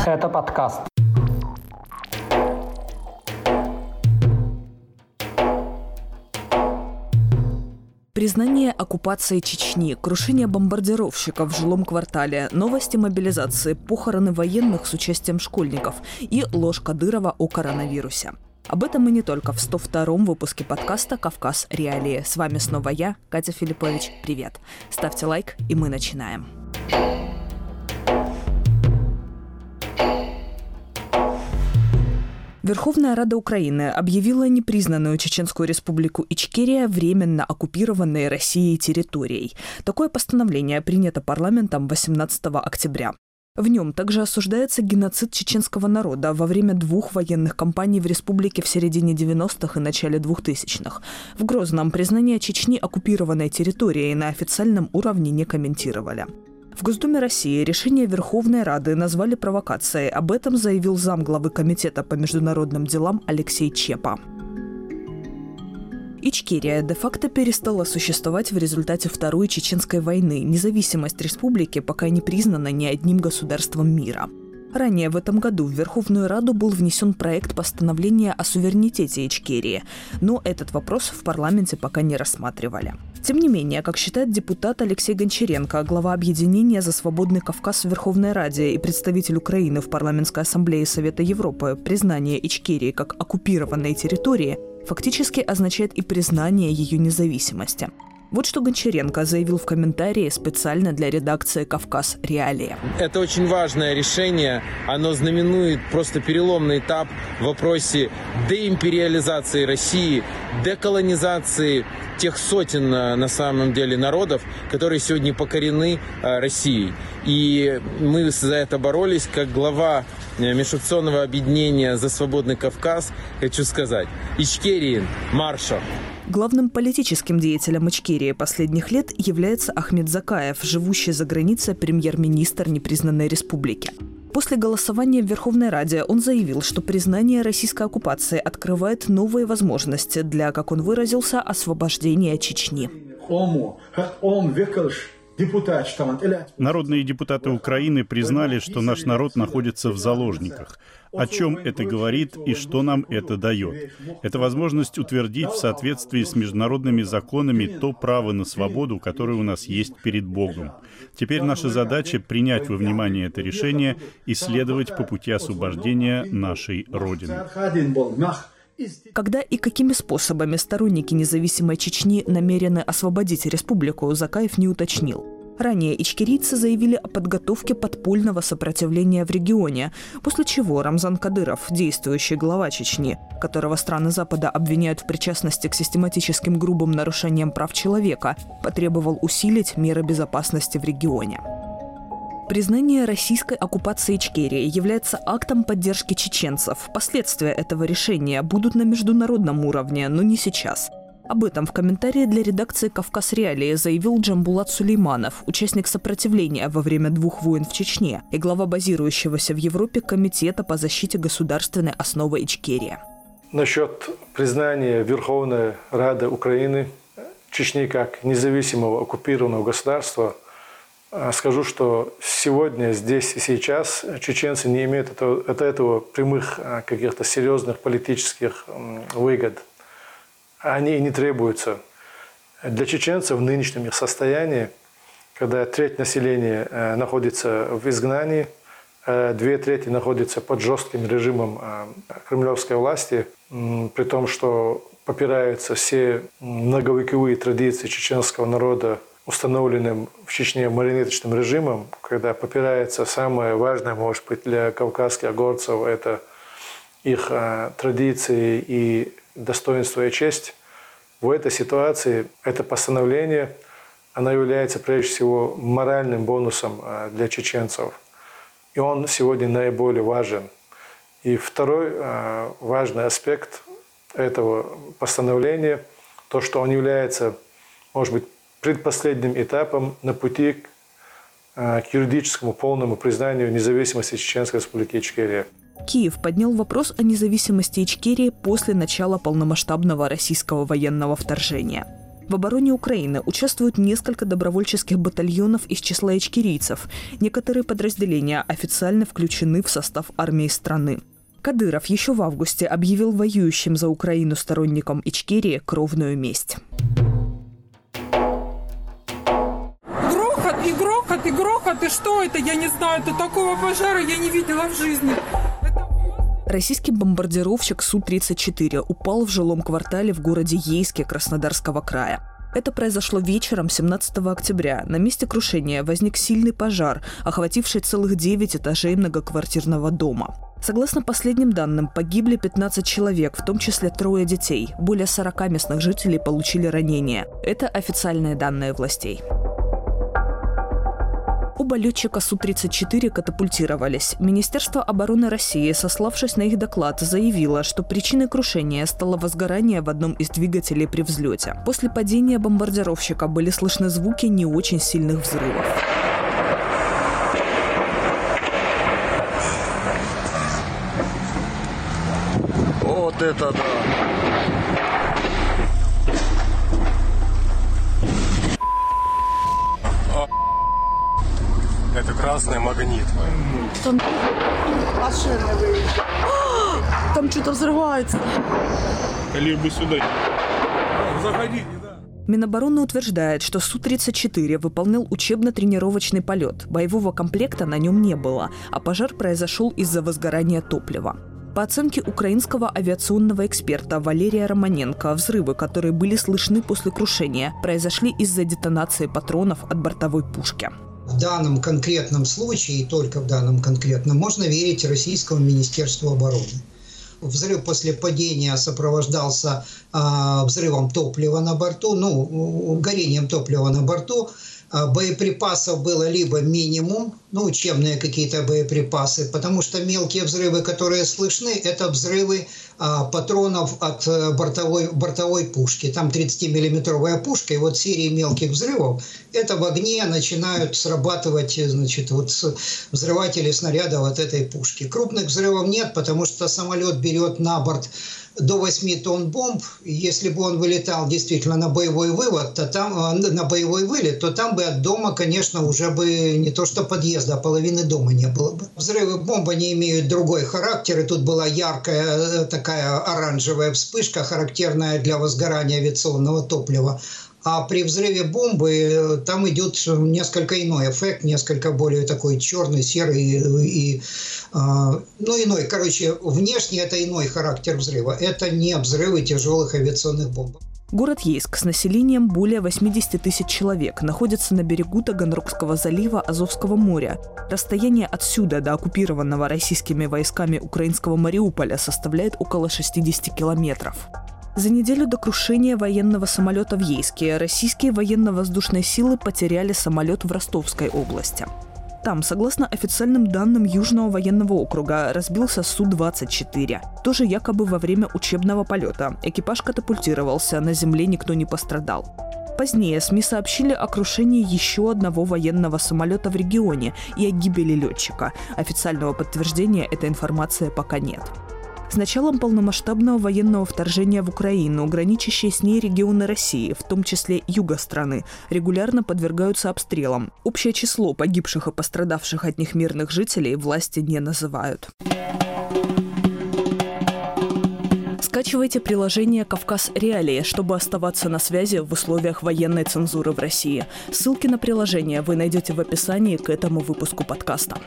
Это подкаст. Признание оккупации Чечни, крушение бомбардировщиков в жилом квартале, новости мобилизации, похороны военных с участием школьников и ложь Кадырова о коронавирусе. Об этом и не только в 102-м выпуске подкаста «Кавказ. Реалии». С вами снова я, Катя Филиппович. Привет. Ставьте лайк, и мы начинаем. Верховная Рада Украины объявила непризнанную Чеченскую республику Ичкерия временно оккупированной Россией территорией. Такое постановление принято парламентом 18 октября. В нем также осуждается геноцид чеченского народа во время двух военных кампаний в республике в середине 90-х и начале 2000-х. В Грозном признание Чечни оккупированной территорией на официальном уровне не комментировали. В Госдуме России решение Верховной Рады назвали провокацией. Об этом заявил замглавы Комитета по международным делам Алексей Чепа. Ичкерия де-факто перестала существовать в результате Второй Чеченской войны. Независимость республики пока не признана ни одним государством мира. Ранее в этом году в Верховную Раду был внесен проект постановления о суверенитете Ичкерии, но этот вопрос в парламенте пока не рассматривали. Тем не менее, как считает депутат Алексей Гончаренко, глава объединения «За свободный Кавказ» в Верховной Раде и представитель Украины в Парламентской ассамблее Совета Европы, признание Ичкерии как оккупированной территории фактически означает и признание ее независимости. Вот что Гончаренко заявил в комментарии специально для редакции «Кавказ. Реалии». Это очень важное решение. Оно знаменует просто переломный этап в вопросе деимпериализации России, деколонизации тех сотен, на самом деле, народов, которые сегодня покорены Россией. И мы за это боролись. Как глава межфракционного объединения «За свободный Кавказ» хочу сказать: Ичкерии марша! Главным политическим деятелем Ичкерии последних лет является Ахмед Закаев, живущий за границей премьер-министр непризнанной республики. После голосования в Верховной Раде он заявил, что признание российской оккупации открывает новые возможности для, как он выразился, освобождения Чечни. Народные депутаты Украины признали, что наш народ находится в заложниках. О чем это говорит и что нам это дает? Это возможность утвердить в соответствии с международными законами то право на свободу, которое у нас есть перед Богом. Теперь наша задача — принять во внимание это решение и следовать по пути освобождения нашей Родины. Когда и какими способами сторонники независимой Чечни намерены освободить республику, Закаев не уточнил. Ранее ичкерийцы заявили о подготовке подпольного сопротивления в регионе, после чего Рамзан Кадыров, действующий глава Чечни, которого страны Запада обвиняют в причастности к систематическим грубым нарушениям прав человека, потребовал усилить меры безопасности в регионе. Признание российской оккупации Ичкерии является актом поддержки чеченцев. Последствия этого решения будут на международном уровне, но не сейчас. Об этом в комментарии для редакции «Кавказ. Реалии» заявил Джамбулат Сулейманов, участник сопротивления во время двух войн в Чечне и глава базирующегося в Европе Комитета по защите государственной основы Ичкерии. Насчет признания Верховной Рады Украины Чечни как независимого оккупированного государства скажу, что сегодня, здесь и сейчас чеченцы не имеют от этого прямых каких-то серьезных политических выгод. Они и не требуются. Для чеченцев в нынешнем их состоянии, когда треть населения находится в изгнании, 2/3 находятся под жестким режимом кремлевской власти, при том, что попираются все многовековые традиции чеченского народа, установленным в Чечне марионеточным режимом, когда попирается самое важное, может быть, для кавказских горцев, это их традиции и достоинство и честь. В этой ситуации это постановление, оно является прежде всего моральным бонусом для чеченцев. И он сегодня наиболее важен. И второй важный аспект этого постановления, то, что он является, может быть, предпоследним этапом на пути к юридическому полному признанию независимости Чеченской Республики Ичкерия. Киев поднял вопрос о независимости Ичкерии после начала полномасштабного российского военного вторжения. В обороне Украины участвуют несколько добровольческих батальонов из числа ичкерийцев. Некоторые подразделения официально включены в состав армии страны. Кадыров еще в августе объявил воюющим за Украину сторонникам Ичкерии кровную месть. Грохот, и что это? Я не знаю, это такого пожара я не видела в жизни. Российский бомбардировщик Су-34 упал в жилом квартале в городе Ейске Краснодарского края. Это произошло вечером 17 октября. На месте крушения возник сильный пожар, охвативший целых 9 этажей многоквартирного дома. Согласно последним данным, погибли 15 человек, в том числе 3 детей. Более 40 местных жителей получили ранения. Это официальные данные властей. Оба летчика Су-34 катапультировались. Министерство обороны России, сославшись на их доклад, заявило, что причиной крушения стало возгорание в одном из двигателей при взлете. После падения бомбардировщика были слышны звуки не очень сильных взрывов. Вот это да! Это красный магнит. Там машина выезжает. Там что-то взрывается. Либо сюда. Заходите, да. Минобороны утверждает, что Су-34 выполнял учебно-тренировочный полет. Боевого комплекта на нем не было, а пожар произошел из-за возгорания топлива. По оценке украинского авиационного эксперта Валерия Романенко, взрывы, которые были слышны после крушения, произошли из-за детонации патронов от бортовой пушки. В данном конкретном случае, и только в данном конкретном, можно верить Российскому Министерству обороны. Взрыв после падения сопровождался взрывом топлива на борту, горением топлива на борту. Боеприпасов было либо минимум, учебные какие-то боеприпасы, потому что мелкие взрывы, которые слышны, это взрывы патронов от бортовой пушки. Там 30-миллиметровая пушка, и вот серии мелких взрывов, это в огне начинают срабатывать, взрыватели снарядов от этой пушки. Крупных взрывов нет, потому что самолет берет на борт до 8 тонн бомб. Если бы он вылетал действительно на боевой вылет, то там бы от дома, конечно, уже бы не то что подъезда, а половины дома не было бы. Взрывы бомбы не имеют другой характер, и тут была яркая такая оранжевая вспышка, характерная для возгорания авиационного топлива. А при взрыве бомбы там идет несколько иной эффект, несколько более такой черный, серый иной. Короче, внешне это иной характер взрыва. Это не взрывы тяжелых авиационных бомб. Город Ейск с населением более 80 тысяч человек находится на берегу Таганрогского залива Азовского моря. Расстояние отсюда до оккупированного российскими войсками украинского Мариуполя составляет около 60 километров. За неделю до крушения военного самолета в Ейске российские военно-воздушные силы потеряли самолет в Ростовской области. Там, согласно официальным данным Южного военного округа, разбился Су-24. Тоже якобы во время учебного полета. Экипаж катапультировался, на земле никто не пострадал. Позднее СМИ сообщили о крушении еще одного военного самолета в регионе и о гибели летчика. Официального подтверждения этой информации пока нет. С началом полномасштабного военного вторжения в Украину граничащие с ней регионы России, в том числе юга страны, регулярно подвергаются обстрелам. Общее число погибших и пострадавших от них мирных жителей власти не называют. Скачивайте приложение «Кавказ Реалии», чтобы оставаться на связи в условиях военной цензуры в России. Ссылки на приложение вы найдете в описании к этому выпуску подкаста.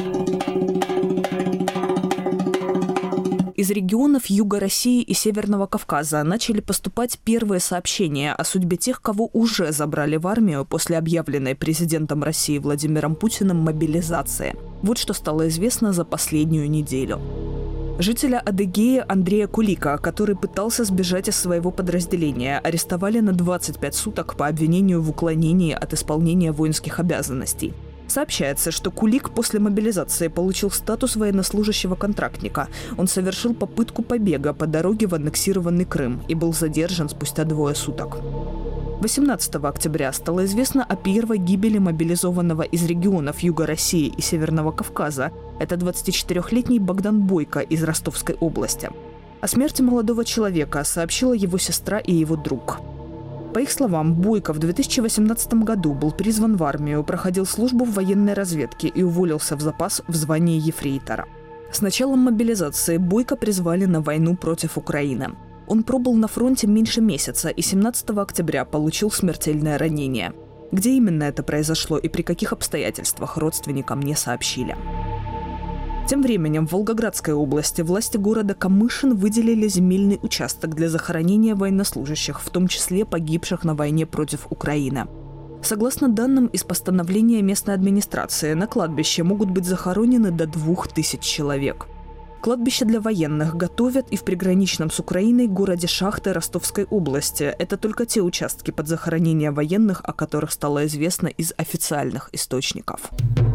Из регионов Юга России и Северного Кавказа начали поступать первые сообщения о судьбе тех, кого уже забрали в армию после объявленной президентом России Владимиром Путиным мобилизации. Вот что стало известно за последнюю неделю. Жителя Адыгеи Андрея Кулика, который пытался сбежать из своего подразделения, арестовали на 25 суток по обвинению в уклонении от исполнения воинских обязанностей. Сообщается, что Кулик после мобилизации получил статус военнослужащего контрактника. Он совершил попытку побега по дороге в аннексированный Крым и был задержан спустя 2 суток. 18 октября стало известно о первой гибели мобилизованного из регионов Юга России и Северного Кавказа. Это 24-летний Богдан Бойко из Ростовской области. О смерти молодого человека сообщила его сестра и его друг. По их словам, Бойко в 2018 году был призван в армию, проходил службу в военной разведке и уволился в запас в звании ефрейтора. С началом мобилизации Бойко призвали на войну против Украины. Он пробыл на фронте меньше месяца и 17 октября получил смертельное ранение. Где именно это произошло и при каких обстоятельствах, родственникам не сообщили. Тем временем в Волгоградской области власти города Камышин выделили земельный участок для захоронения военнослужащих, в том числе погибших на войне против Украины. Согласно данным из постановления местной администрации, на кладбище могут быть захоронены до 2000 человек. Кладбище для военных готовят и в приграничном с Украиной городе Шахты Ростовской области. Это только те участки под захоронение военных, о которых стало известно из официальных источников.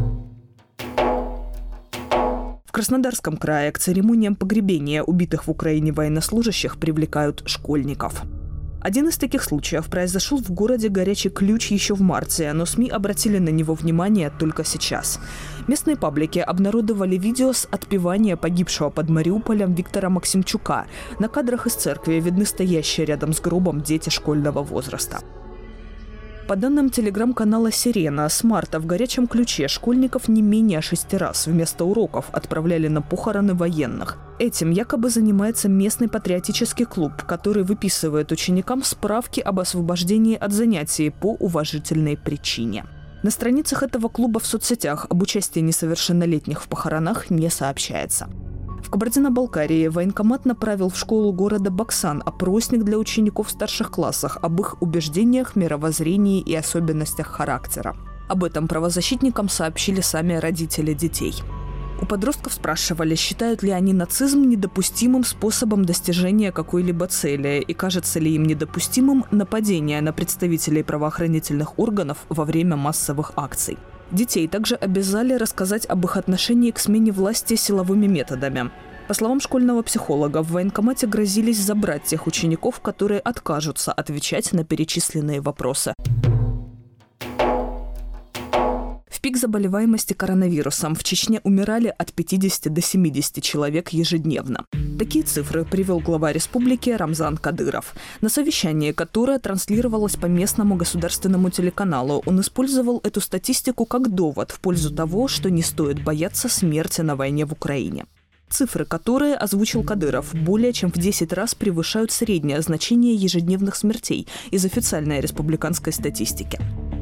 В Краснодарском крае к церемониям погребения убитых в Украине военнослужащих привлекают школьников. Один из таких случаев произошел в городе Горячий Ключ еще в марте, но СМИ обратили на него внимание только сейчас. Местные паблики обнародовали видео с отпевания погибшего под Мариуполем Виктора Максимчука. На кадрах из церкви видны стоящие рядом с гробом дети школьного возраста. По данным телеграм-канала «Сирена», с марта в Горячем Ключе школьников не менее 6 раз вместо уроков отправляли на похороны военных. Этим якобы занимается местный патриотический клуб, который выписывает ученикам справки об освобождении от занятий по уважительной причине. На страницах этого клуба в соцсетях об участии несовершеннолетних в похоронах не сообщается. В Кабардино-Балкарии военкомат направил в школу города Баксан опросник для учеников в старших классах об их убеждениях, мировоззрении и особенностях характера. Об этом правозащитникам сообщили сами родители детей. У подростков спрашивали, считают ли они нацизм недопустимым способом достижения какой-либо цели и кажется ли им недопустимым нападение на представителей правоохранительных органов во время массовых акций. Детей также обязали рассказать об их отношении к смене власти силовыми методами. По словам школьного психолога, в военкомате грозились забрать тех учеников, которые откажутся отвечать на перечисленные вопросы. В пик заболеваемости коронавирусом в Чечне умирали от 50 до 70 человек ежедневно. Такие цифры привел глава республики Рамзан Кадыров. На совещании, которое транслировалось по местному государственному телеканалу, он использовал эту статистику как довод в пользу того, что не стоит бояться смерти на войне в Украине. Цифры, которые озвучил Кадыров, более чем в 10 раз превышают среднее значение ежедневных смертей из официальной республиканской статистики.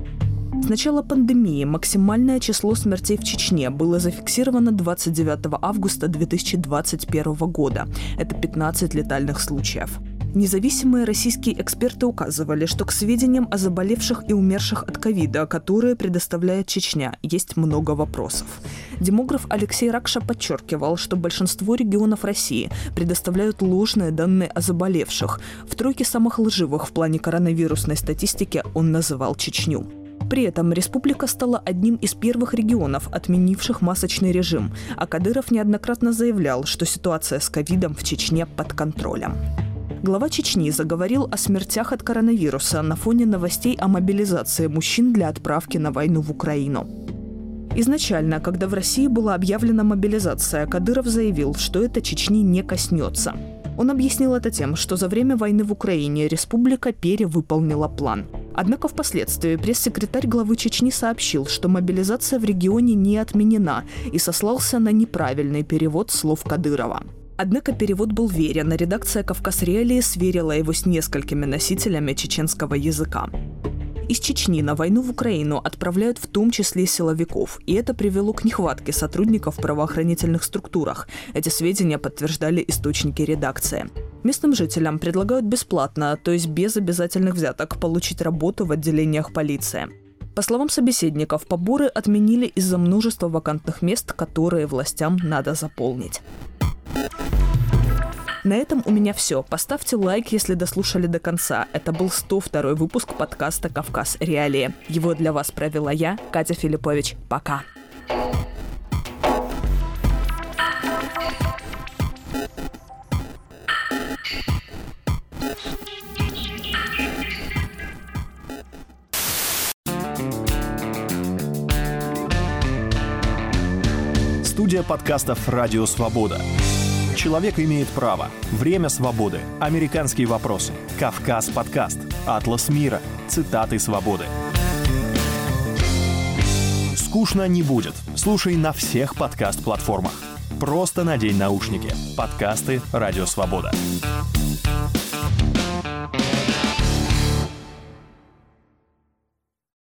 С начала пандемии максимальное число смертей в Чечне было зафиксировано 29 августа 2021 года. Это 15 летальных случаев. Независимые российские эксперты указывали, что к сведениям о заболевших и умерших от ковида, которые предоставляет Чечня, есть много вопросов. Демограф Алексей Ракша подчеркивал, что большинство регионов России предоставляют ложные данные о заболевших. В тройке самых лживых в плане коронавирусной статистики он называл Чечню. При этом республика стала одним из первых регионов, отменивших масочный режим, а Кадыров неоднократно заявлял, что ситуация с ковидом в Чечне под контролем. Глава Чечни заговорил о смертях от коронавируса на фоне новостей о мобилизации мужчин для отправки на войну в Украину. Изначально, когда в России была объявлена мобилизация, Кадыров заявил, что это Чечни не коснется. Он объяснил это тем, что за время войны в Украине республика перевыполнила план. Однако впоследствии пресс-секретарь главы Чечни сообщил, что мобилизация в регионе не отменена, и сослался на неправильный перевод слов Кадырова. Однако перевод был верен, а редакция «Кавказ Реалии» сверила его с несколькими носителями чеченского языка. Из Чечни на войну в Украину отправляют в том числе силовиков, и это привело к нехватке сотрудников в правоохранительных структурах. Эти сведения подтверждали источники редакции. Местным жителям предлагают бесплатно, то есть без обязательных взяток, получить работу в отделениях полиции. По словам собеседников, поборы отменили из-за множества вакантных мест, которые властям надо заполнить. На этом у меня все. Поставьте лайк, если дослушали до конца. Это был 102-й выпуск подкаста «Кавказ Реалии». Его для вас провела я, Катя Филиппович. Пока. Студия подкастов «Радио Свобода». Человек имеет право. Время свободы. Американские вопросы. Кавказ подкаст. Атлас мира. Цитаты свободы. Скучно не будет. Слушай на всех подкаст-платформах. Просто надень наушники. Подкасты «Радио Свобода».